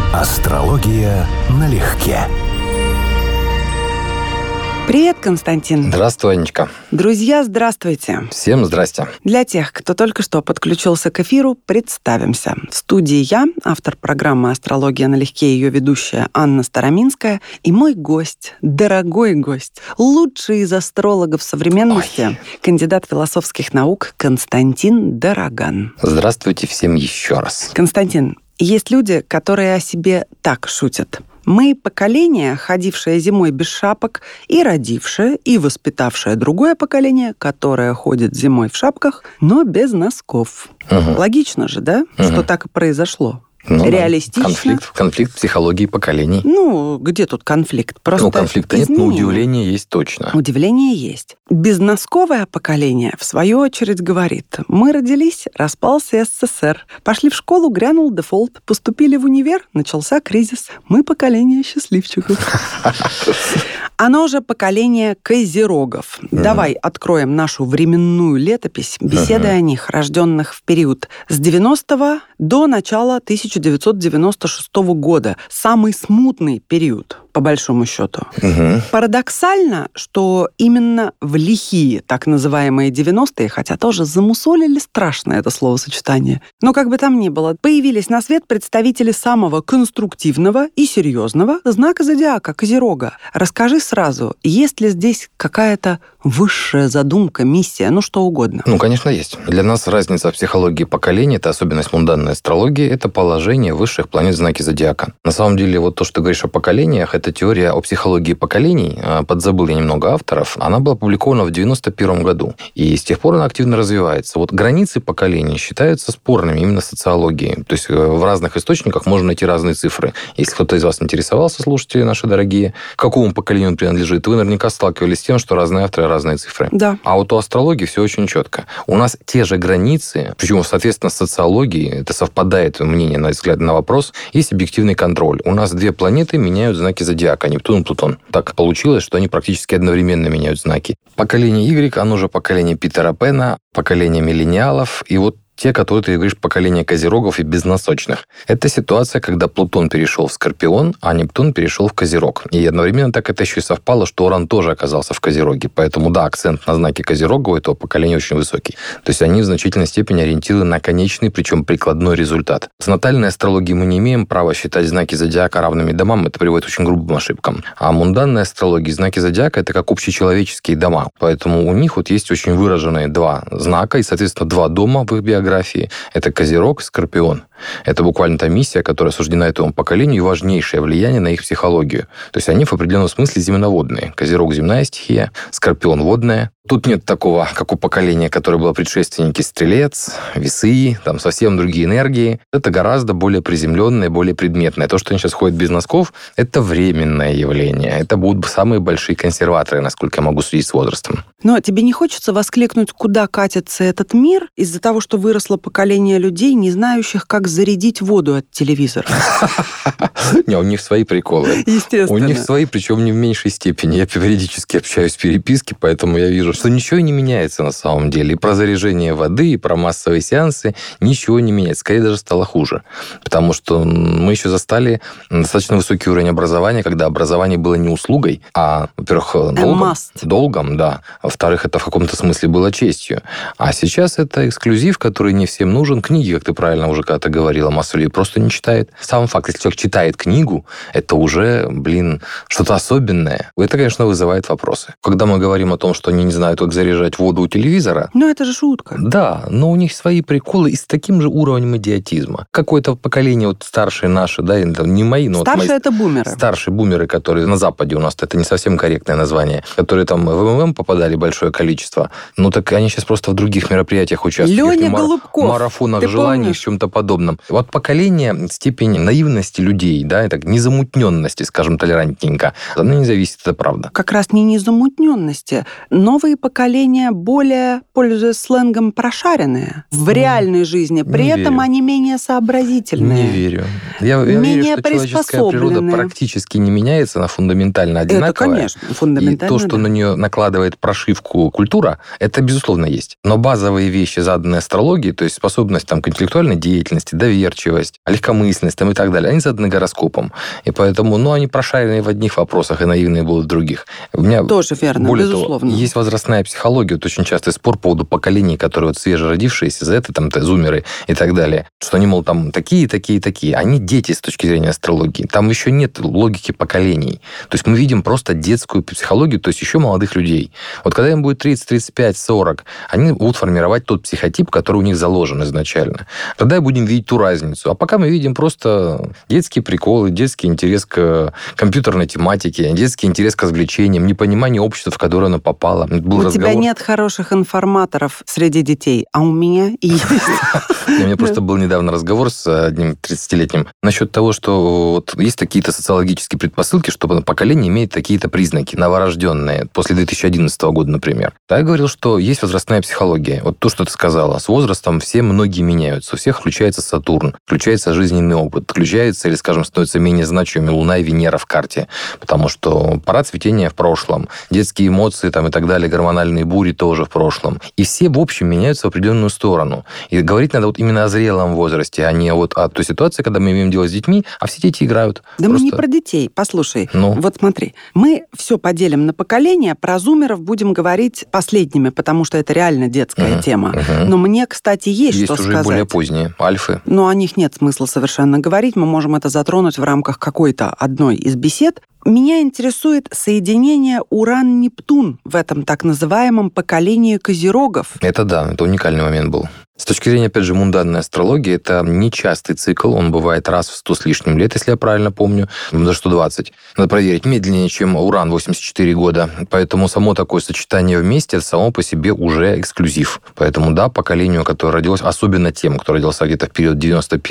Астрология налегке. Привет, Константин. Здравствуй, Анечка. Друзья, здравствуйте. Всем здрасте. Для тех, кто только что подключился к эфиру, представимся. В студии я, автор программы «Астрология налегке», ее ведущая Анна Староминская, и мой гость, дорогой гость, лучший из астрологов современности, кандидат философских наук Константин Дороган. Здравствуйте всем еще раз. Константин, есть люди, которые о себе так шутят. Мы поколение, ходившее зимой без шапок, и родившее, и воспитавшее другое поколение, которое ходит зимой в шапках, но без носков. Логично же, да, что так и произошло? Реалистично. Конфликт психологии поколений. Где тут конфликт? Просто конфликта нет, но удивление есть точно. Удивление есть. Безносковое поколение, в свою очередь, говорит: мы родились, распался СССР, пошли в школу, грянул дефолт, поступили в универ, начался кризис. Мы поколение счастливчиков. Оно же поколение козерогов. Давай откроем нашу временную летопись, беседы о них, рожденных в период с 90-го до начала 1996 года. Самый смутный период, по большому счету. Парадоксально, что именно в лихие, так называемые 90-е, хотя тоже замусолили страшно это словосочетание, но как бы там ни было, появились на свет представители самого конструктивного и серьезного знака зодиака, Козерога. Расскажи сразу, есть ли здесь какая-то высшая задумка, миссия, что угодно? Конечно, есть. Для нас разница в психологии поколений, это особенность мунданной астрологии, это положение высших планет в знаке зодиака. На самом деле, вот то, что ты говоришь о поколениях, это теория о психологии поколений, подзабыл я немного авторов, она была опубликована в 91 году, и с тех пор она активно развивается. Вот границы поколений считаются спорными именно социологией, то есть в разных источниках можно найти разные цифры. Если кто-то из вас интересовался, слушатели наши дорогие, к какому поколению он принадлежит, вы наверняка сталкивались с тем, что разные авторы, разные цифры. Да. А вот у астрологии все очень четко. У нас те же границы, причем, соответственно, с социологией, это совпадает мнение, на взгляд на вопрос, есть объективный контроль. У нас две планеты меняют знаки зодиака, Нептун и Плутон. Так получилось, что они практически одновременно меняют знаки. Поколение Y, оно же поколение Питера Пэна, поколение миллениалов, и вот те, которые, ты говоришь, поколение козерогов и безносочных. Это ситуация, когда Плутон перешел в Скорпион, а Нептун перешел в Козерог. И одновременно так это еще и совпало, что Уран тоже оказался в Козероге. Поэтому, да, акцент на знаке Козерога у этого поколения очень высокий. То есть они в значительной степени ориентированы на конечный, причем прикладной результат. В натальной астрологии мы не имеем права считать знаки зодиака равными домам, это приводит к очень грубым ошибкам. А в мунданной астрологии знаки зодиака — это как общечеловеческие дома. Поэтому у них вот есть очень выраженные два знака и, соответственно, два дома в их биографии. Это Козерог и Скорпион. Это буквально та миссия, которая суждена этому поколению, и важнейшее влияние на их психологию. То есть они в определенном смысле земноводные. Козерог — земная стихия, Скорпион — водная. Тут нет такого, как у поколения, которое было предшественники Стрелец, Весы, там совсем другие энергии. Это гораздо более приземленное, более предметное. То, что они сейчас ходят без носков, это временное явление. Это будут самые большие консерваторы, насколько я могу судить с возрастом. Но тебе не хочется воскликнуть, куда катится этот мир из-за того, что выросло поколение людей, не знающих, как зарядить воду от телевизора? Не, у них свои приколы. Естественно. У них свои, причем не в меньшей степени. Я периодически общаюсь в переписке, поэтому я вижу, что ничего не меняется на самом деле. И про заряжение воды, и про массовые сеансы ничего не меняется. Скорее даже стало хуже. Потому что мы еще застали достаточно высокий уровень образования, когда образование было не услугой, а, во-первых, долгом, да. Во-вторых, это в каком-то смысле было честью. А сейчас это эксклюзив, который не всем нужен. Книги, как ты правильно уже когда-то говорила, масса людей просто не читает. Сам факт, если человек читает книгу, это уже, что-то особенное. Это, конечно, вызывает вопросы. Когда мы говорим о том, что они не знают, как заряжать воду у телевизора... Это же шутка. Да, но у них свои приколы и с таким же уровнем идиотизма. Какое-то поколение, старшие наши, да, не мои, но... Старшие — это бумеры. Старшие бумеры, которые на Западе у нас, это не совсем корректное название, которые там в МММ попадали большое количество. Так они сейчас просто в других мероприятиях участвуют. Леня Голубков. Марафонах желаний, в чем-то подобном. Вот поколение, степень наивности людей, да, и так, незамутненности, скажем, толерантненько, она не зависит, это правда. Как раз не незамутненности. Новые поколения более, пользуясь сленгом, прошаренные в реальной жизни. При этом они менее сообразительные. Не верю. Я верю, что человеческая природа практически не меняется, она фундаментально одинаковая. Это, конечно, фундаментально. И то, что на нее накладывает прошивку культура, это, безусловно, есть. Но базовые вещи, заданные астрологией, то есть способность к интеллектуальной деятельности, открытость, доверчивость, легкомысленность там, и так далее. Они заданы гороскопом. И поэтому, они прошаренные в одних вопросах и наивные будут в других. У меня, тоже верно, более безусловно. Того, есть возрастная психология. Вот очень частый спор по поводу поколений, которые свежеродившиеся, зеты, зумеры и так далее. Что они, мол, такие. Они дети с точки зрения астрологии. Там еще нет логики поколений. То есть мы видим просто детскую психологию, то есть еще молодых людей. Вот когда им будет 30, 35, 40, они будут формировать тот психотип, который у них заложен изначально. Тогда и будем видеть ту разницу. А пока мы видим просто детские приколы, детский интерес к компьютерной тематике, детский интерес к развлечениям, непонимание общества, в которое оно попало. У тебя нет хороших информаторов среди детей, а у меня есть. У меня просто был недавно разговор с одним 30-летним насчет того, что вот есть какие-то социологические предпосылки, что поколение имеет какие-то признаки новорожденные, после 2011 года, например. Я говорил, что есть возрастная психология. Вот то, что ты сказала. С возрастом многие меняются. У всех включается Сатурн, включается жизненный опыт, включается, или, скажем, становится менее значимыми Луна и Венера в карте. Потому что пора цветения в прошлом, детские эмоции и так далее, гормональные бури тоже в прошлом. И все, в общем, меняются в определенную сторону. И говорить надо вот именно о зрелом возрасте, а не вот о той ситуации, когда мы имеем дело с детьми, а все дети играют. Да просто... мы не про детей. Послушай, вот смотри, мы все поделим на поколения, про зумеров будем говорить последними, потому что это реально детская тема. Но мне, кстати, есть что сказать. Есть уже более поздние, альфы. Но о них нет смысла совершенно говорить. Мы можем это затронуть в рамках какой-то одной из бесед. Меня интересует соединение Уран-Нептун в этом так называемом поколении козерогов. Это уникальный момент был. С точки зрения, опять же, мунданной астрологии, это нечастый цикл, он бывает раз в 100 с лишним лет, если я правильно помню, за 120. Надо проверить, медленнее, чем Уран, 84 года. Поэтому само такое сочетание вместе, это само по себе уже эксклюзив. Поэтому, поколению, которое родилось, особенно тем, кто родился где-то в период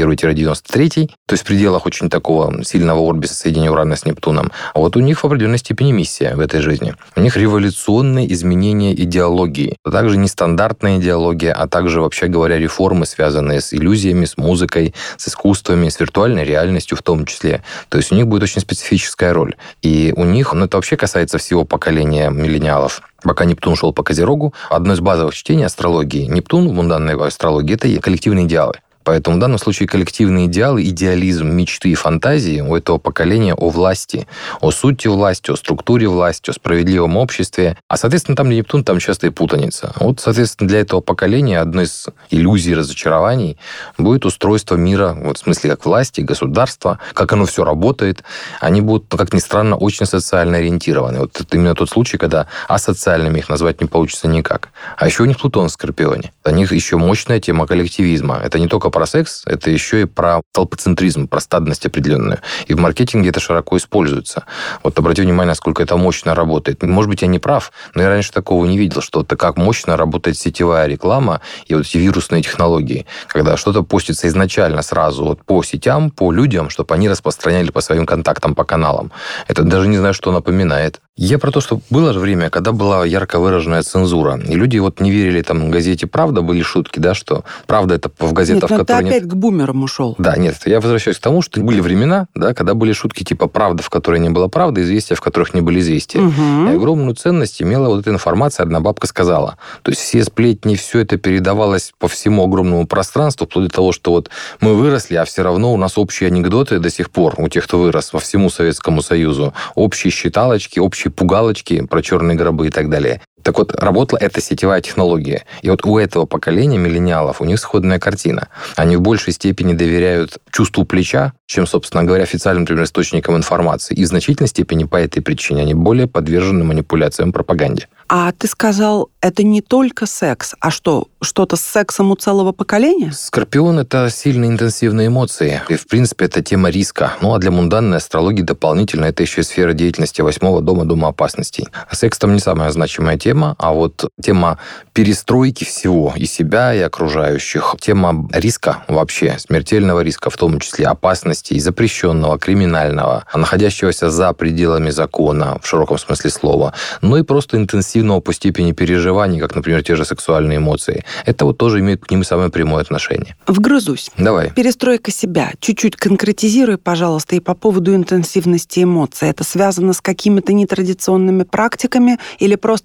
91-93, то есть в пределах очень такого сильного орбиса соединения Урана с Нептуном, а вот у них в определенной степени миссия в этой жизни. У них революционные изменения идеологии. А также нестандартная идеология, а также, вообще говоря, реформы, связанные с иллюзиями, с музыкой, с искусствами, с виртуальной реальностью в том числе. То есть у них будет очень специфическая роль. И у них, это вообще касается всего поколения миллениалов. Пока Нептун шел по Козерогу, одно из базовых чтений астрологии, Нептун в мунданной астрологии, это коллективные идеалы. Поэтому в данном случае коллективные идеалы, идеализм, мечты и фантазии у этого поколения о власти, о сути власти, о структуре власти, о справедливом обществе. А, соответственно, там, где Нептун, там часто и путаница. Вот, соответственно, для этого поколения одной из иллюзий, разочарований будет устройство мира, в смысле как власти, государства, как оно все работает. Они будут, как ни странно, очень социально ориентированы. Вот это именно тот случай, когда асоциальными их назвать не получится никак. А еще у них Плутон в Скорпионе. У них еще мощная тема коллективизма. Это не только про секс, это еще и про толпоцентризм, про стадность определенную. И в маркетинге это широко используется. Вот обрати внимание, насколько это мощно работает. Может быть, я не прав, но я раньше такого не видел, что это как мощно работает сетевая реклама и вот эти вирусные технологии, когда что-то постится изначально сразу вот по сетям, по людям, чтобы они распространяли по своим контактам, по каналам. Это даже не знаю, что напоминает. Я про то, что было же время, когда была ярко выраженная цензура, и люди не верили газете «Правда», были шутки, что «Правда» это в газетах, которые... Ты опять к бумерам ушел. Да, нет, я возвращаюсь к тому, что были времена, когда были шутки типа «Правда», в которой не было правды, известия, в которых не были известия. И огромную ценность имела вот эта информация, одна бабка сказала. То есть все сплетни, все это передавалось по всему огромному пространству, вплоть до того, что мы выросли, а все равно у нас общие анекдоты до сих пор, у тех, кто вырос, во всему Советскому Союзу. Общие считалочки, общие пугалочки про черные гробы и так далее. Так вот, работала эта сетевая технология. И вот у этого поколения миллениалов у них сходная картина. Они в большей степени доверяют чувству плеча, чем, собственно говоря, официальным, например, источникам информации. И в значительной степени по этой причине они более подвержены манипуляциям, пропаганде. А ты сказал, это не только секс, а что-то с сексом у целого поколения? Скорпион – это сильные интенсивные эмоции. И, в принципе, это тема риска. А для мунданной астрологии дополнительно это еще и сфера деятельности 8-го дома, дома опасностей. Секс там не самая значимая тема, а тема перестройки всего, и себя, и окружающих. Тема риска вообще, смертельного риска, в том числе опасностей, запрещенного, криминального, находящегося за пределами закона, в широком смысле слова. И просто интенсивного по степени переживаний, как, например, те же сексуальные эмоции. Это тоже имеет к ним самое прямое отношение. Вгрызусь. Давай. Перестройка себя. Чуть-чуть конкретизируй, пожалуйста, и по поводу интенсивности эмоций. Это связано с какими-то нетрадиционными практиками или просто с интенсивностью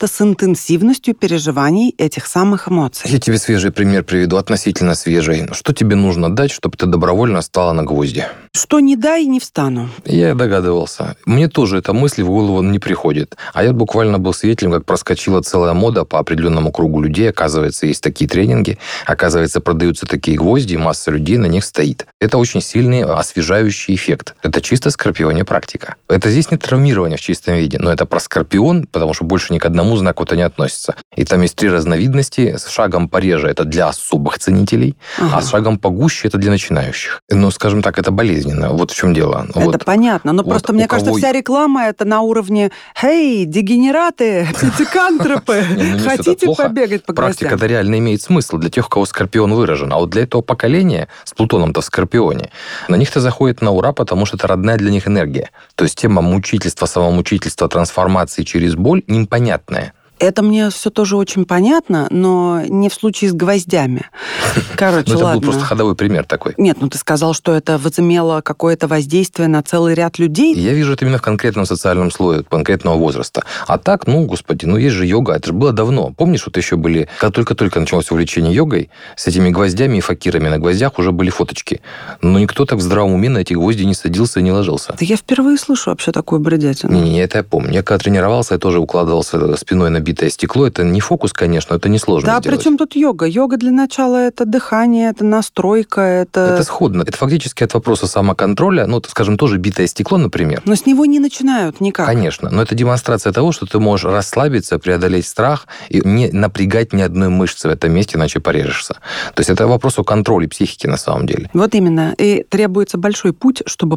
интенсивностью переживаний этих самых эмоций. Я тебе свежий пример приведу, относительно свежий. Что тебе нужно дать, чтобы ты добровольно стала на гвозди? Что не дай, не встану. Я догадывался. Мне тоже эта мысль в голову не приходит. А я буквально был свидетелем, как проскочила целая мода по определенному кругу людей. Оказывается, есть такие тренинги. Оказывается, продаются такие гвозди, и масса людей на них стоит. Это очень сильный освежающий эффект. Это чисто скорпионе практика. Это здесь не травмирование в чистом виде, но это про скорпион, потому что больше ни к одному знаку это не относится. И там есть 3 разновидности. С шагом пореже это для особых ценителей, а с шагом погуще это для начинающих. Ну, скажем так, это болезненно. Вот в чем дело. Это вот, понятно. Но вот просто, мне кажется, вся реклама это на уровне «Хей, дегенераты, пятикантропы, хотите побегать по гостям?» Практика-то реально имеет смысл для тех, у кого скорпион выражен. А вот для этого поколения с Плутоном-то в скорпионе, на них-то заходит на ура, потому что это родная для них энергия. То есть тема мучительства, самомучительства, трансформации через боль им понятная. Это мне все тоже очень понятно, но не в случае с гвоздями. Короче, ладно. Это был просто ходовой пример такой. Нет, ты сказал, что это возымело какое-то воздействие на целый ряд людей. Я вижу это именно в конкретном социальном слое, конкретного возраста. А так, господи, есть же йога. Это же было давно. Помнишь, вот еще были, когда только-только началось увлечение йогой, с этими гвоздями и факирами на гвоздях уже были фоточки. Но никто так в здравом уме на эти гвозди не садился и не ложился. Да я впервые слышу вообще такую бредятину. Не, это я помню. Я когда тренировался, я тоже укладывался спиной на битое стекло. Это не фокус, конечно, это несложно сделать. Да, причем тут йога? Йога для начала это дыхание, это настройка, это сходно. Это фактически от вопроса самоконтроля, скажем, тоже битое стекло, например. Но с него не начинают никак. Конечно, но это демонстрация того, что ты можешь расслабиться, преодолеть страх и не напрягать ни одной мышцы в этом месте, иначе порежешься. То есть это вопрос о контроле психики на самом деле. Вот именно. И требуется большой путь, чтобы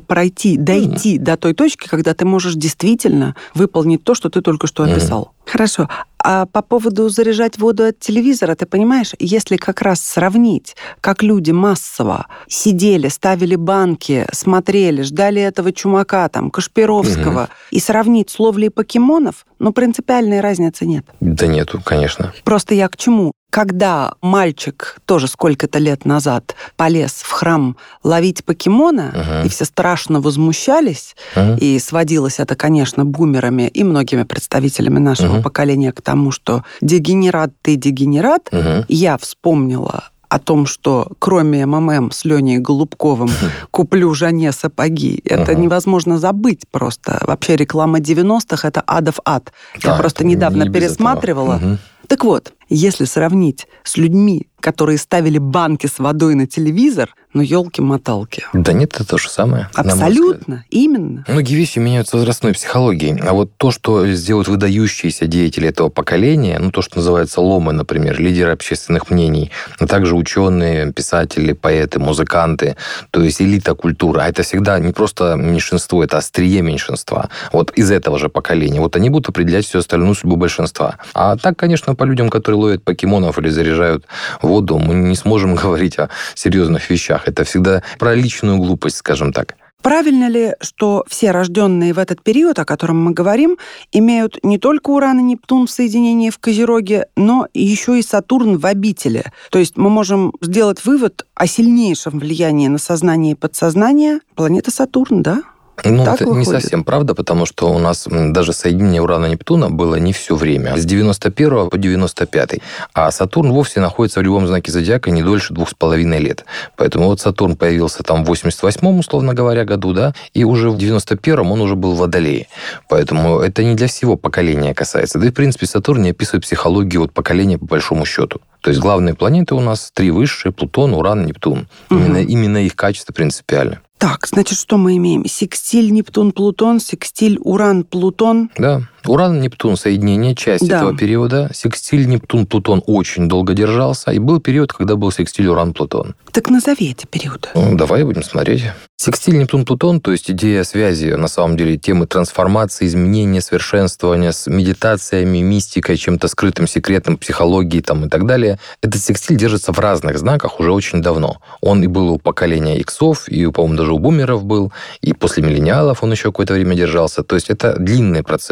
дойти до той точки, когда ты можешь действительно выполнить то, что ты только что описал. Хорошо. А по поводу заряжать воду от телевизора, ты понимаешь, если как раз сравнить, как люди массово сидели, ставили банки, смотрели, ждали этого чумака, Кашпировского, и сравнить с ловлей покемонов, принципиальной разницы нет. Да нету, конечно. Просто я к чему? Когда мальчик тоже сколько-то лет назад полез в храм ловить покемона, и все страшно возмущались, и сводилось это, конечно, бумерами и многими представителями нашего поколения к тому, что дегенерат ты дегенерат, я вспомнила о том, что кроме МММ с Леней Голубковым куплю Жанне сапоги. Это невозможно забыть просто. Вообще реклама 90-х – это адов ад. Я просто недавно пересматривала. Так вот, если сравнить с людьми, которые ставили банки с водой на телевизор, елки-моталки. Да нет, это то же самое. Абсолютно, именно. Многие вещи меняются с возрастной психологией. А вот то, что сделают выдающиеся деятели этого поколения, то, что называется ломы, например, лидеры общественных мнений, а также ученые, писатели, поэты, музыканты, то есть элита культуры. А это всегда не просто меньшинство, это острие меньшинства. Вот из этого же поколения. Вот они будут определять всю остальную судьбу большинства. А так, конечно, по людям, которые ловят покемонов или заряжают воду, мы не сможем говорить о серьезных вещах. Это всегда про личную глупость, скажем так. Правильно ли, что все рожденные в этот период, о котором мы говорим, имеют не только Уран и Нептун в соединении в Козероге, но еще и Сатурн в обители? То есть мы можем сделать вывод о сильнейшем влиянии на сознание и подсознание планеты Сатурн, да? Это не совсем правда, потому что у нас даже соединение Урана-Нептуна было не все время. С 91 по 95. А Сатурн вовсе находится в любом знаке зодиака не дольше 2,5 лет. Поэтому Сатурн появился в 88-м, условно говоря, году, да, и уже в 91-м он уже был в Водолее. Поэтому это не для всего поколения касается. Да и, в принципе, Сатурн не описывает психологию поколения по большому счету. То есть главные планеты у нас 3 высшие: Плутон, Уран, Нептун. Именно их качество принципиально. Так, значит, что мы имеем? Секстиль Нептун-Плутон, секстиль Уран-Плутон. Да. Уран-Нептун соединение, часть этого периода. Секстиль Нептун-Плутон очень долго держался. И был период, когда был секстиль Уран-Плутон. Так назови эти периоды. Давай будем смотреть. Секстиль Нептун-Плутон, то есть идея связи, на самом деле, темы трансформации, изменения, совершенствования с медитациями, мистикой, чем-то скрытым, секретным, психологией и так далее. Этот секстиль держится в разных знаках уже очень давно. Он и был у поколения иксов, и, по-моему, даже у бумеров был, и после миллениалов он еще какое-то время держался. То есть это длинный процесс.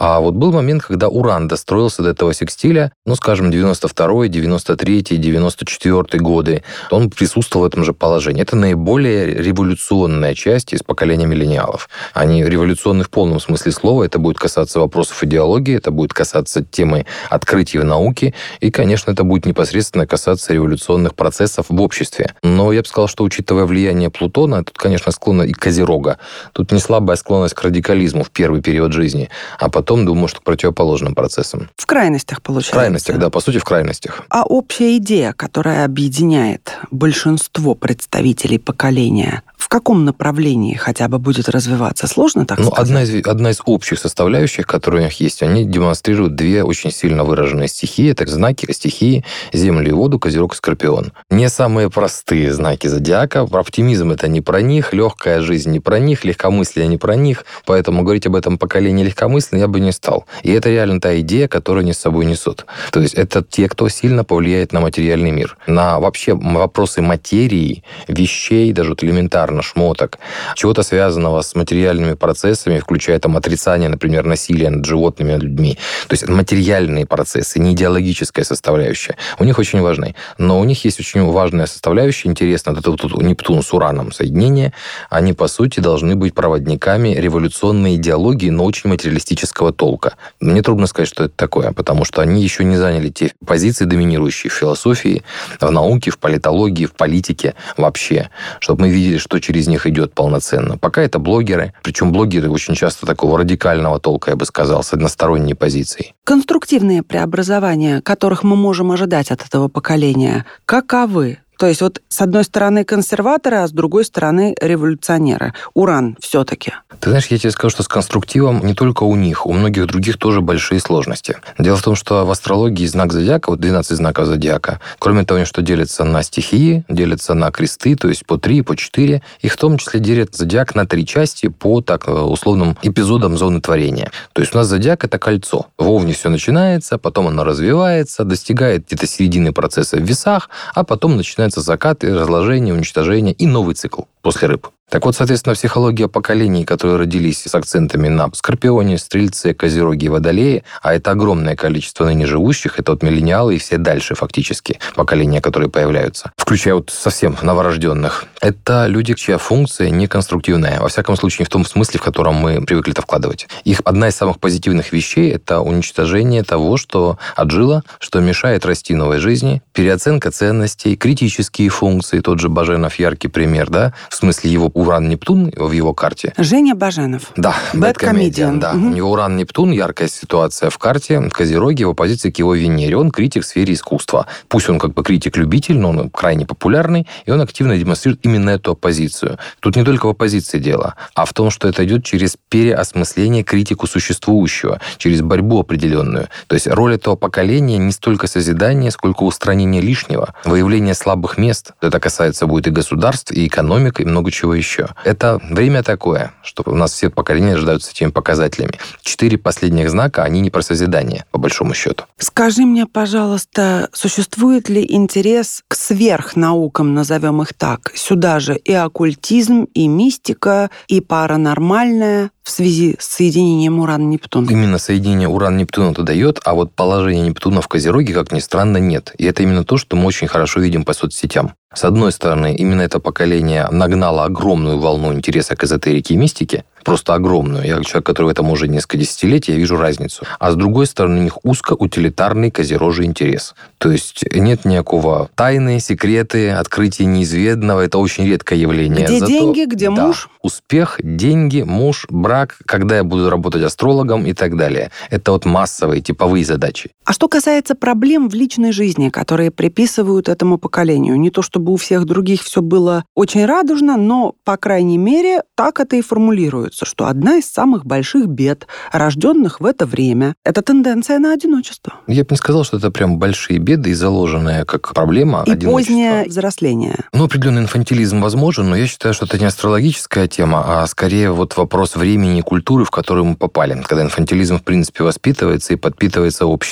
А вот был момент, когда Уран достроился до этого секстиля, скажем, 92-й, 93-й, 94-й годы. Он присутствовал в этом же положении. Это наиболее революционная часть из поколения миллениалов. Они революционны в полном смысле слова. Это будет касаться вопросов идеологии, это будет касаться темы открытий в науке, и, конечно, это будет непосредственно касаться революционных процессов в обществе. Но я бы сказал, что, учитывая влияние Плутона, тут, конечно, склонность и Козерога, тут не слабая склонность к радикализму в первый период жизни, а потом, думаю, что к противоположным процессам. В крайностях, получается. В крайностях, да, по сути, в крайностях. А общая идея, которая объединяет большинство представителей поколения, в каком направлении хотя бы будет развиваться? Сложно так сказать? Одна из общих составляющих, которые у них есть, они демонстрируют две очень сильно выраженные стихии. Это знаки стихии Землю и воду, Козерог и Скорпион. Не самые простые знаки зодиака. Оптимизм — это не про них, легкая жизнь не про них, легкомыслие не про них. Поэтому говорить об этом поколении легкомыслия я бы не стал. И это реально та идея, которую они с собой несут. То есть это те, кто сильно повлияет на материальный мир. На вообще вопросы материи, вещей, даже вот элементарно шмоток, чего-то связанного с материальными процессами, включая там отрицание, например, насилия над животными, над людьми. То есть материальные процессы, не идеологическая составляющая. У них очень важны. Но у них есть очень важная составляющая, интересно, это тут Нептун с Ураном соединение, они, по сути, должны быть проводниками революционной идеологии, но очень материалистического толка. Мне трудно сказать, что это такое, потому что они еще не заняли те позиции, доминирующие в философии, в науке, в политологии, в политике вообще, чтобы мы видели, что через них идет полноценно. Пока это блогеры, причем блогеры очень часто такого радикального толка, я бы сказал, с односторонней позицией. Конструктивные преобразования, которых мы можем ожидать от этого поколения, каковы? То есть вот с одной стороны консерваторы, а с другой стороны революционеры. Уран все-таки. Ты знаешь, я тебе скажу, что с конструктивом не только у них, у многих других тоже большие сложности. Дело в том, что в астрологии знак зодиака, вот 12 знаков зодиака, кроме того, что делится на стихии, делится на кресты, то есть по 3, по 4, их в том числе делят зодиак на 3 части по так условным эпизодам зоны творения. То есть у нас зодиак — это кольцо. В Овне все начинается, потом оно развивается, достигает где-то середины процесса в Весах, а потом начинается закат, разложение, уничтожение и новый цикл после Рыб. Так вот, соответственно, психология поколений, которые родились с акцентами на Скорпионе, Стрельце, Козероге и Водолее, а это огромное количество ныне живущих, это вот миллениалы и все дальше фактически поколения, которые появляются, включая вот совсем новорожденных. Это люди, чья функция не конструктивная, во всяком случае, не в том смысле, в котором мы привыкли это вкладывать. Их одна из самых позитивных вещей — это уничтожение того, что отжило, что мешает расти новой жизни, переоценка ценностей, критические функции, тот же Баженов яркий пример, да, в смысле его Уран-Нептун в его карте. Женя Баженов. Да, Бэдкомедиан. Да. У него Уран-Нептун, яркая ситуация в карте, в Козероге, в оппозиции к его Венере. Он критик в сфере искусства. Пусть он как бы критик-любитель, но он крайне популярный, и он активно демонстрирует именно эту оппозицию. Тут не только в оппозиции дело, а в том, что это идет через переосмысление критику существующего, через борьбу определенную. То есть роль этого поколения не столько созидание, сколько устранение лишнего, выявление слабых мест. Это касается будет и государств, и экономик, и много чего еще. Это время такое, что у нас все поколения рождаются этими показателями. 4 последних знака, они не про созидание, по большому счету. Скажи мне, пожалуйста, существует ли интерес к сверхнаукам, назовем их так? Сюда же и оккультизм, и мистика, и паранормальное в связи с соединением Уран-Нептун? Именно соединение Уран-Нептуна это дает, а вот положение Нептуна в Козероге, как ни странно, нет. И это именно то, что мы очень хорошо видим по соцсетям. С одной стороны, именно это поколение нагнало огромную волну интереса к эзотерике и мистике, просто огромную. Я человек, который в этом уже несколько десятилетий, я вижу разницу. А с другой стороны, у них узкоутилитарный козерожий интерес. То есть нет никакого тайны, секреты, открытия неизведанного. Это очень редкое явление. Где деньги, где муж? Успех, деньги, муж, брак, когда я буду работать астрологом и так далее. Это вот массовые, типовые задачи. А что касается проблем в личной жизни, которые приписывают этому поколению, не то чтобы у всех других все было очень радужно, но, по крайней мере, так это и формулируется, что одна из самых больших бед, рожденных в это время, это тенденция на одиночество. Я бы не сказал, что это прям большие беды и заложенная как проблема и одиночества. Позднее взросление. Определенный инфантилизм возможен, но я считаю, что это не астрологическая тема, а скорее вот вопрос времени и культуры, в которую мы попали, когда инфантилизм, в принципе, воспитывается и подпитывается обществом.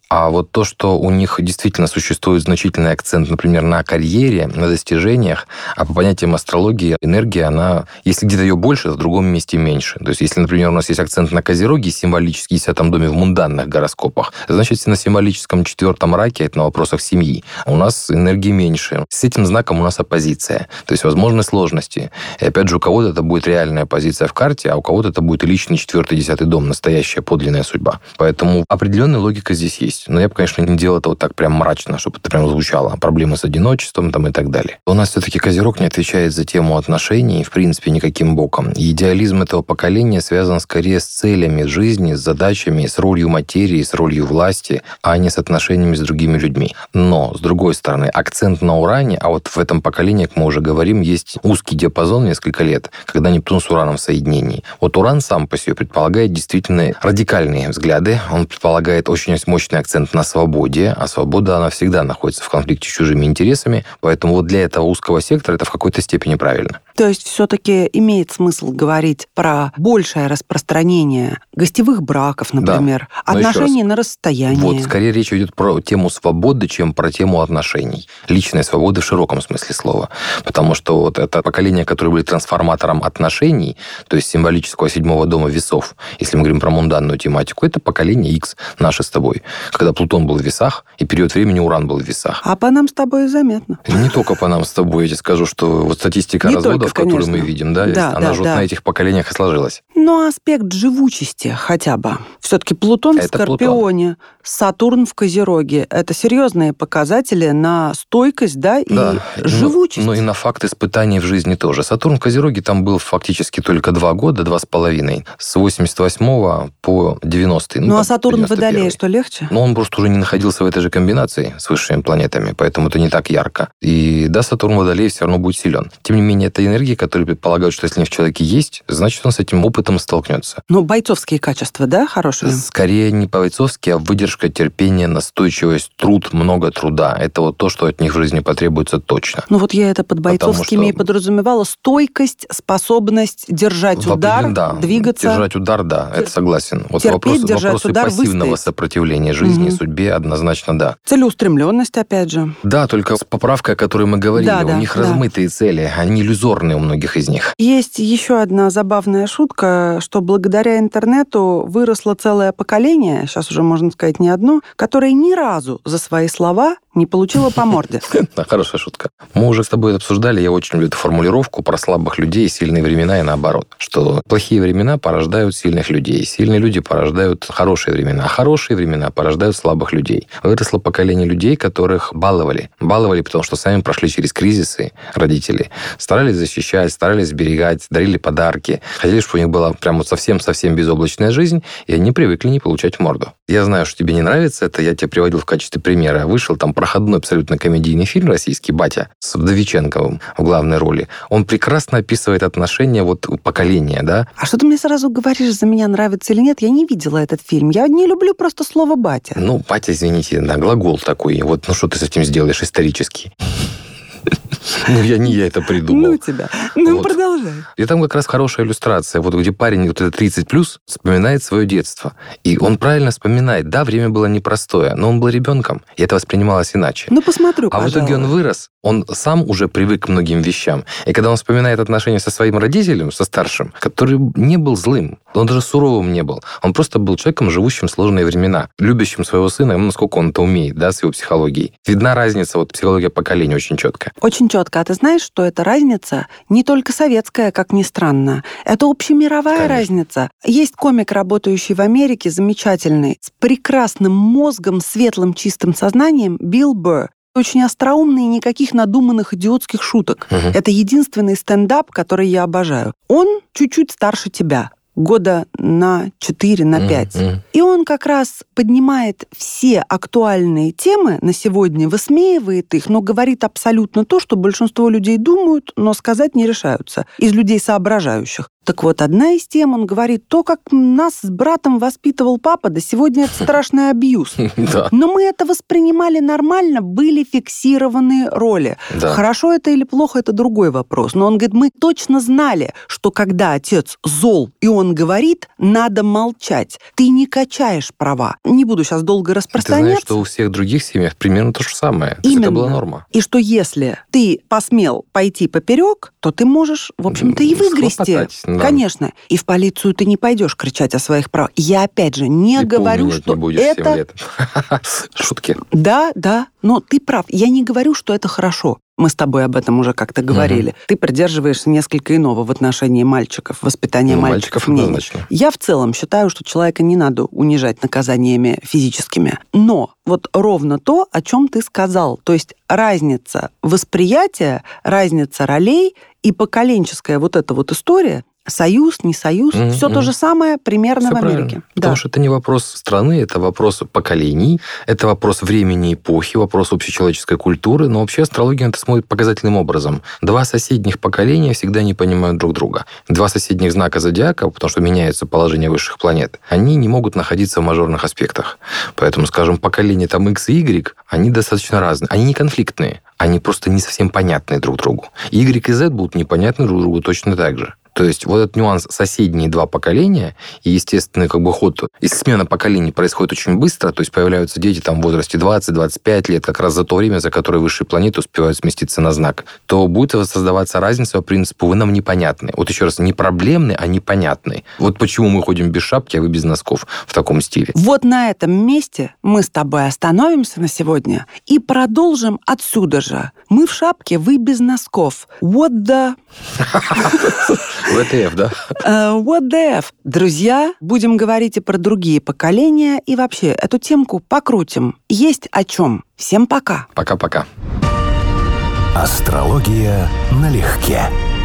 А вот то, что у них действительно существует значительный акцент, например, на карьере, на достижениях, а по понятиям астрологии энергия, она, если где-то ее больше, в другом месте меньше. То есть, если, например, у нас есть акцент на Козероге, символический в 10 доме в мунданных гороскопах, значит, на символическом 4-м раке, это на вопросах семьи, у нас энергии меньше. С этим знаком у нас оппозиция. То есть, возможны сложности. И опять же, у кого-то это будет реальная позиция в карте, а у кого-то это будет и личный 4-й, 10-й дом, настоящая подлинная судьба. Поэтому определенная логика здесь есть. Но я бы, конечно, не делал это вот так прям мрачно, чтобы это прям звучало. Проблемы с одиночеством там и так далее. У нас все-таки Козерог не отвечает за тему отношений, в принципе, никаким боком. И идеализм этого поколения связан скорее с целями жизни, с задачами, с ролью материи, с ролью власти, а не с отношениями с другими людьми. Но, с другой стороны, акцент на Уране, а вот в этом поколении, как мы уже говорим, есть узкий диапазон несколько лет, когда Нептун с Ураном в соединении. Вот Уран сам по себе предполагает действительно радикальные взгляды, он предполагает очень мощный акцент на свободе, а свобода, она всегда находится в конфликте с чужими интересами, поэтому вот для этого узкого сектора это в какой-то степени правильно. То есть все-таки имеет смысл говорить про большее распространение гостевых браков, например, да, отношений на расстоянии. Вот, скорее речь идет про тему свободы, чем про тему отношений. Личная свобода в широком смысле слова. Потому что вот это поколение, которое были трансформатором отношений, то есть символического 7-го дома весов, если мы говорим про мунданную тематику, это поколение X, наше с тобой. Когда Плутон был в весах, и период времени Уран был в весах. А по нам с тобой заметно. Не только по нам с тобой, я тебе скажу, что вот статистика разводов, которую мы видим, да, она же на этих поколениях и сложилась. Но аспект живучести хотя бы. Все-таки Плутон в Скорпионе, Сатурн в Козероге. Это серьезные показатели на стойкость, да, и живучесть. Ну и на факт испытаний в жизни тоже. Сатурн в Козероге там был фактически только 2 года, 2,5, с 88 по 90. Ну, а Сатурн в Водолее что, легче? Но он просто уже не находился в этой же комбинации с высшими планетами, поэтому это не так ярко. И да, Сатурн в Водолее все равно будет силен. Тем не менее, это энергии, которые предполагают, что если они в человеке есть, значит, он с этим опытом столкнется. Ну, бойцовские качества, да, хорошие? Скорее не бойцовские, а выдержка, терпение, настойчивость, труд, много труда. Это вот то, что от них в жизни потребуется точно. Ну, вот я это под бойцовскими и подразумевала. Стойкость, способность держать удар, двигаться. Держать удар, да, это согласен. Вот терпеть, вопросы пассивного выстоять. Сопротивления жизни и судьбе однозначно да. Целеустремленность, опять же. Да, только с поправкой, о которой мы говорили. У них размытые цели, они иллюзорные у многих из них. Есть еще одна забавная шутка, что благодаря интернету выросло целое поколение, сейчас уже можно сказать не одно, которое ни разу за свои слова не получило по морде. Хорошая шутка. Мы уже с тобой это обсуждали, я очень люблю эту формулировку про слабых людей, сильные времена и наоборот. Что плохие времена порождают сильных людей, сильные люди порождают хорошие времена, а хорошие времена порождают слабых людей. Выросло поколение людей, которых баловали. Баловали, потому что сами прошли через кризисы родители. Старались защищать, старались сберегать, дарили подарки. Хотели, чтобы у них была прям вот совсем-совсем безоблачная жизнь, и они привыкли не получать в морду. Я знаю, что тебе не нравится это, я тебя приводил в качестве примера. Вышел там проходной абсолютно комедийный фильм российский «Батя» с Вдовиченковым в главной роли. Он прекрасно описывает отношения вот поколения, да. А что ты мне сразу говоришь, за меня нравится или нет? Я не видела этот фильм. Я не люблю просто слово «батя». Ну, батя, извините, да, глагол такой. Вот, ну что ты с этим сделаешь исторически? Ну, не я это придумал. Ну, тебя. Ну, вот. Продолжай. И там как раз хорошая иллюстрация. Вот где парень, вот это 30+, вспоминает свое детство. И он правильно вспоминает. Да, время было непростое, но он был ребенком, и это воспринималось иначе. Ну, посмотрю, А в итоге он вырос, он сам уже привык к многим вещам. И когда он вспоминает отношения со своим родителем, со старшим, который не был злым, он даже суровым не был. Он просто был человеком, живущим в сложные времена, любящим своего сына, насколько он это умеет, да, с его психологией. Видна разница, вот психология поколения очень четко. Очень четко. А ты знаешь, что эта разница не только советская, как ни странно. Это общемировая разница. Есть комик, работающий в Америке, замечательный, с прекрасным мозгом, светлым, чистым сознанием, Билл Берр. Очень остроумный, никаких надуманных идиотских шуток. Это единственный стендап, который я обожаю. Он чуть-чуть старше тебя. Года на 4, на 5. И он как раз поднимает все актуальные темы на сегодня, высмеивает их, но говорит абсолютно то, что большинство людей думают, но сказать не решаются. Из людей соображающих. Так вот, одна из тем, он говорит, то, как нас с братом воспитывал папа, да сегодня это страшный абьюз. Но мы это воспринимали нормально, были фиксированные роли. Хорошо это или плохо, это другой вопрос. Но он говорит, мы точно знали, что когда отец зол, и он говорит, надо молчать. Ты не качаешь права. Не буду сейчас долго распространяться. Ты знаешь, что у всех других семьях примерно то же самое. Именно. Это была норма. И что если ты посмел пойти поперек, то ты можешь, в общем-то, и выгрести. Да. Конечно. И в полицию ты не пойдешь кричать о своих правах. Я, опять же, не говорю, что не будешь это... 7 лет. Шутки. Да, но ты прав. Я не говорю, что это хорошо. Мы с тобой об этом уже как-то говорили. Ты придерживаешься несколько иного в отношении мальчиков, воспитания мальчиков мнения. Я в целом считаю, что человека не надо унижать наказаниями физическими. Но вот ровно то, о чем ты сказал. То есть разница восприятия, разница ролей и поколенческая вот эта вот история, союз, не союз, все то же самое примерно все в Америке. Правильно. Потому что это не вопрос страны, это вопрос поколений, это вопрос времени, эпохи, вопрос общечеловеческой культуры, но вообще астрология это смотрит показательным образом. Два соседних поколения всегда не понимают друг друга. Два соседних знака зодиака, потому что меняется положение высших планет, они не могут находиться в мажорных аспектах. Поэтому, скажем, поколения там X и Y, они достаточно разные. Они не конфликтные, они просто не совсем понятны друг другу. Y и Z будут непонятны друг другу точно так же. То есть вот этот нюанс соседние два поколения и естественный ход, и смена поколений происходит очень быстро, то есть появляются дети там в возрасте 20-25 лет, как раз за то время, за которое высшие планеты успевают сместиться на знак, то будет создаваться разница по принципу «вы нам непонятны». Вот еще раз, не проблемны, а непонятны. Вот почему мы ходим без шапки, а вы без носков в таком стиле. Вот на этом месте мы с тобой остановимся на сегодня и продолжим отсюда же. Мы в шапке, вы без носков. What the... WTF, да? What the F? Друзья, будем говорить и про другие поколения, и вообще эту темку покрутим. Есть о чем. Всем пока. Пока-пока. Астрология налегке.